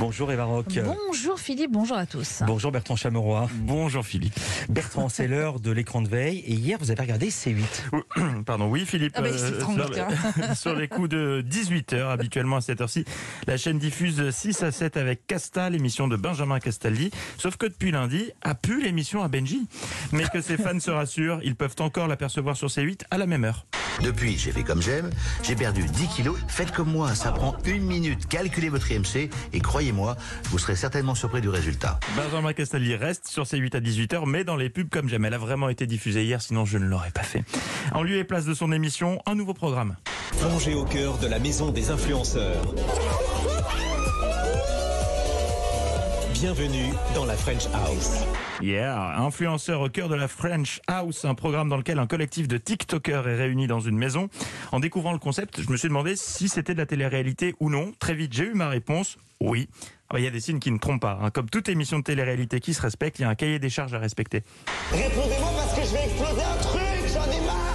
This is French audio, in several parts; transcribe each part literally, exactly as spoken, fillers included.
Bonjour Eva Rock. Bonjour Philippe, bonjour à tous. Bonjour Bertrand Chameroy. Bonjour Philippe. Bertrand, c'est l'heure de l'écran de veille et hier vous avez regardé C huit. Pardon, oui Philippe. Ah bah, c'est sur, le, sur les coups de dix-huit heures, habituellement à cette heure-ci, la chaîne diffuse six à sept avec Casta, l'émission de Benjamin Castaldi. Sauf que depuis lundi, a pu l'émission à Benji. Mais que ses fans se rassurent, ils peuvent encore l'apercevoir sur C huit à la même heure. Depuis, j'ai fait comme j'aime, j'ai perdu dix kilos. Faites comme moi, ça prend une minute. Calculez votre I M C et croyez-moi, vous serez certainement surpris du résultat. Benjamin Castaldi reste sur C huit à dix-huit heures, mais dans les pubs comme j'aime. Elle a vraiment été diffusée hier, sinon je ne l'aurais pas fait. En lieu et place de son émission, un nouveau programme. Plongez au cœur de la maison des influenceurs. Bienvenue dans la French House. Yeah, influenceur au cœur de la French House, un programme dans lequel un collectif de TikTokers est réuni dans une maison. En découvrant le concept, je me suis demandé si c'était de la télé-réalité ou non. Très vite, j'ai eu ma réponse, oui. Il y a des signes qui ne trompent pas. Hein. Comme toute émission de télé-réalité qui se respecte, il y a un cahier des charges à respecter. Répondez-moi parce que je vais exploser un truc, j'en ai marre.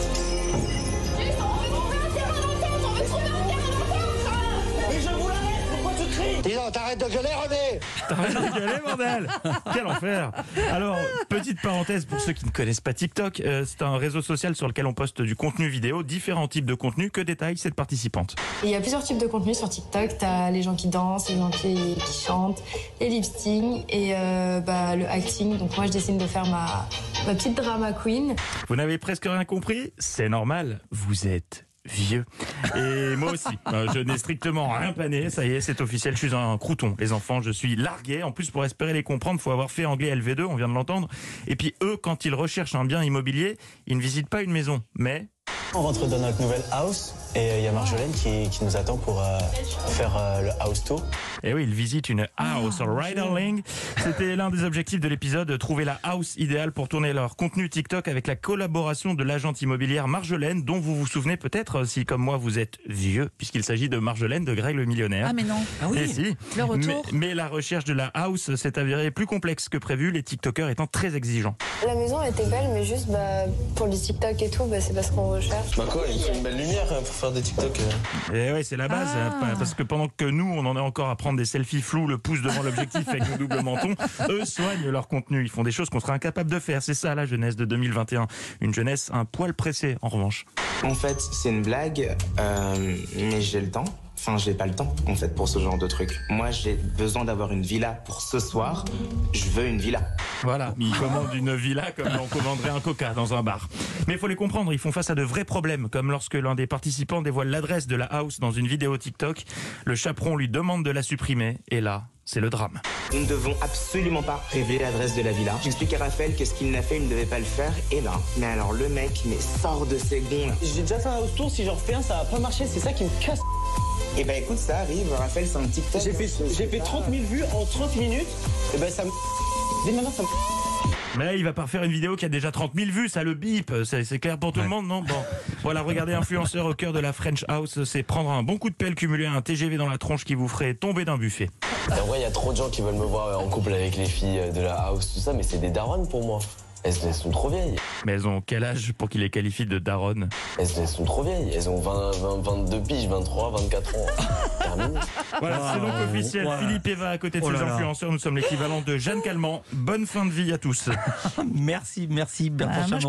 Mais je vous la laisse, pourquoi tu cries? Dis donc, t'arrêtes de gueuler, René. T'arrêtes de gueuler, bordel. Quel enfer. Alors, petite parenthèse pour ceux qui ne connaissent pas TikTok, euh, c'est un réseau social sur lequel on poste du contenu vidéo, différents types de contenus. Que détaille cette participante? Il y a plusieurs types de contenus sur TikTok. T'as les gens qui dansent, les gens qui, qui chantent, les lip-sync et euh, bah, le acting. Donc moi, je décide de faire ma, ma petite drama queen. Vous n'avez presque rien compris? C'est normal, vous êtes vieux. Et moi aussi, je n'ai strictement rien pané. Ça y est, c'est officiel, je suis un crouton. Les enfants, je suis largué. En plus, pour espérer les comprendre, il faut avoir fait anglais L V deux, on vient de l'entendre. Et puis eux, quand ils recherchent un bien immobilier, ils ne visitent pas une maison, mais... On rentre dans notre nouvelle house et il euh, y a Marjolaine qui, qui nous attend pour euh, faire euh, le house tour. Et oui, il visite une house, Riderling. C'était l'un des objectifs de l'épisode, trouver la house idéale pour tourner leur contenu TikTok avec la collaboration de l'agente immobilière Marjolaine, dont vous vous souvenez peut-être si, comme moi, vous êtes vieux, puisqu'il s'agit de Marjolaine de Greg le Millionnaire. Ah mais non. Ah oui. Et si. Le retour. Mais, mais la recherche de la house s'est avérée plus complexe que prévu, les TikTokers étant très exigeants. La maison était belle, mais juste bah, pour les TikTok et tout, bah, c'est parce qu'on recherche. Bah quoi, il faut une belle lumière pour faire des TikTok. Et ouais, c'est la base, Ah. hein, parce que pendant que nous, on en est encore à prendre des selfies flous, le pouce devant l'objectif avec le double menton, eux soignent leur contenu. Ils font des choses qu'on serait incapable de faire. C'est ça la jeunesse de deux mille vingt et un. Une jeunesse un poil pressée, en revanche. En fait, c'est une blague, euh, mais j'ai le temps. Enfin, j'ai pas le temps, en fait, pour ce genre de truc. Moi, j'ai besoin d'avoir une villa pour ce soir. Je veux une villa. Voilà, ils commandent une villa comme on commanderait un coca dans un bar. Mais il faut les comprendre, ils font face à de vrais problèmes, comme lorsque l'un des participants dévoile l'adresse de la house dans une vidéo TikTok. Le chaperon lui demande de la supprimer, et là, c'est le drame. Nous ne devons absolument pas révéler l'adresse de la villa. J'explique à Raphaël que ce qu'il n'a fait, il ne devait pas le faire. Et là, mais alors le mec, mais sort de ses gonds. Là. J'ai déjà fait un house tour, si j'en refais un, ça va pas marcher, c'est ça qui me casse. Et bah écoute, ça arrive, Raphaël, c'est un TikTok. J'ai fait, j'ai fait trente mille vues en trente minutes, et ben ça me... Dès maintenant, ça me... Mais il va pas refaire une vidéo qui a déjà trente mille vues, ça le bip, c'est, c'est clair pour tout Ouais. le monde, non? Bon, voilà, regardez influenceur au cœur de la French House, c'est prendre un bon coup de pelle cumulé à un T G V dans la tronche qui vous ferait tomber d'un buffet. En vrai, il y a trop de gens qui veulent me voir en couple avec les filles de la house, tout ça, mais c'est des darons pour moi. Elles, elles sont trop vieilles. Mais elles ont quel âge pour qu'il les qualifie de daronnes? Elles, elles sont trop vieilles. Elles ont vingt, vingt, vingt-deux piges, vingt-trois, vingt-quatre ans. Terminé. Voilà, c'est donc officiel. Voilà. Philippe Eva à côté de Oh ses là là. influenceurs, nous sommes l'équivalent de Jeanne Calment. Bonne fin de vie à tous. Merci, merci Bertrand Ah, moi, Chameroy.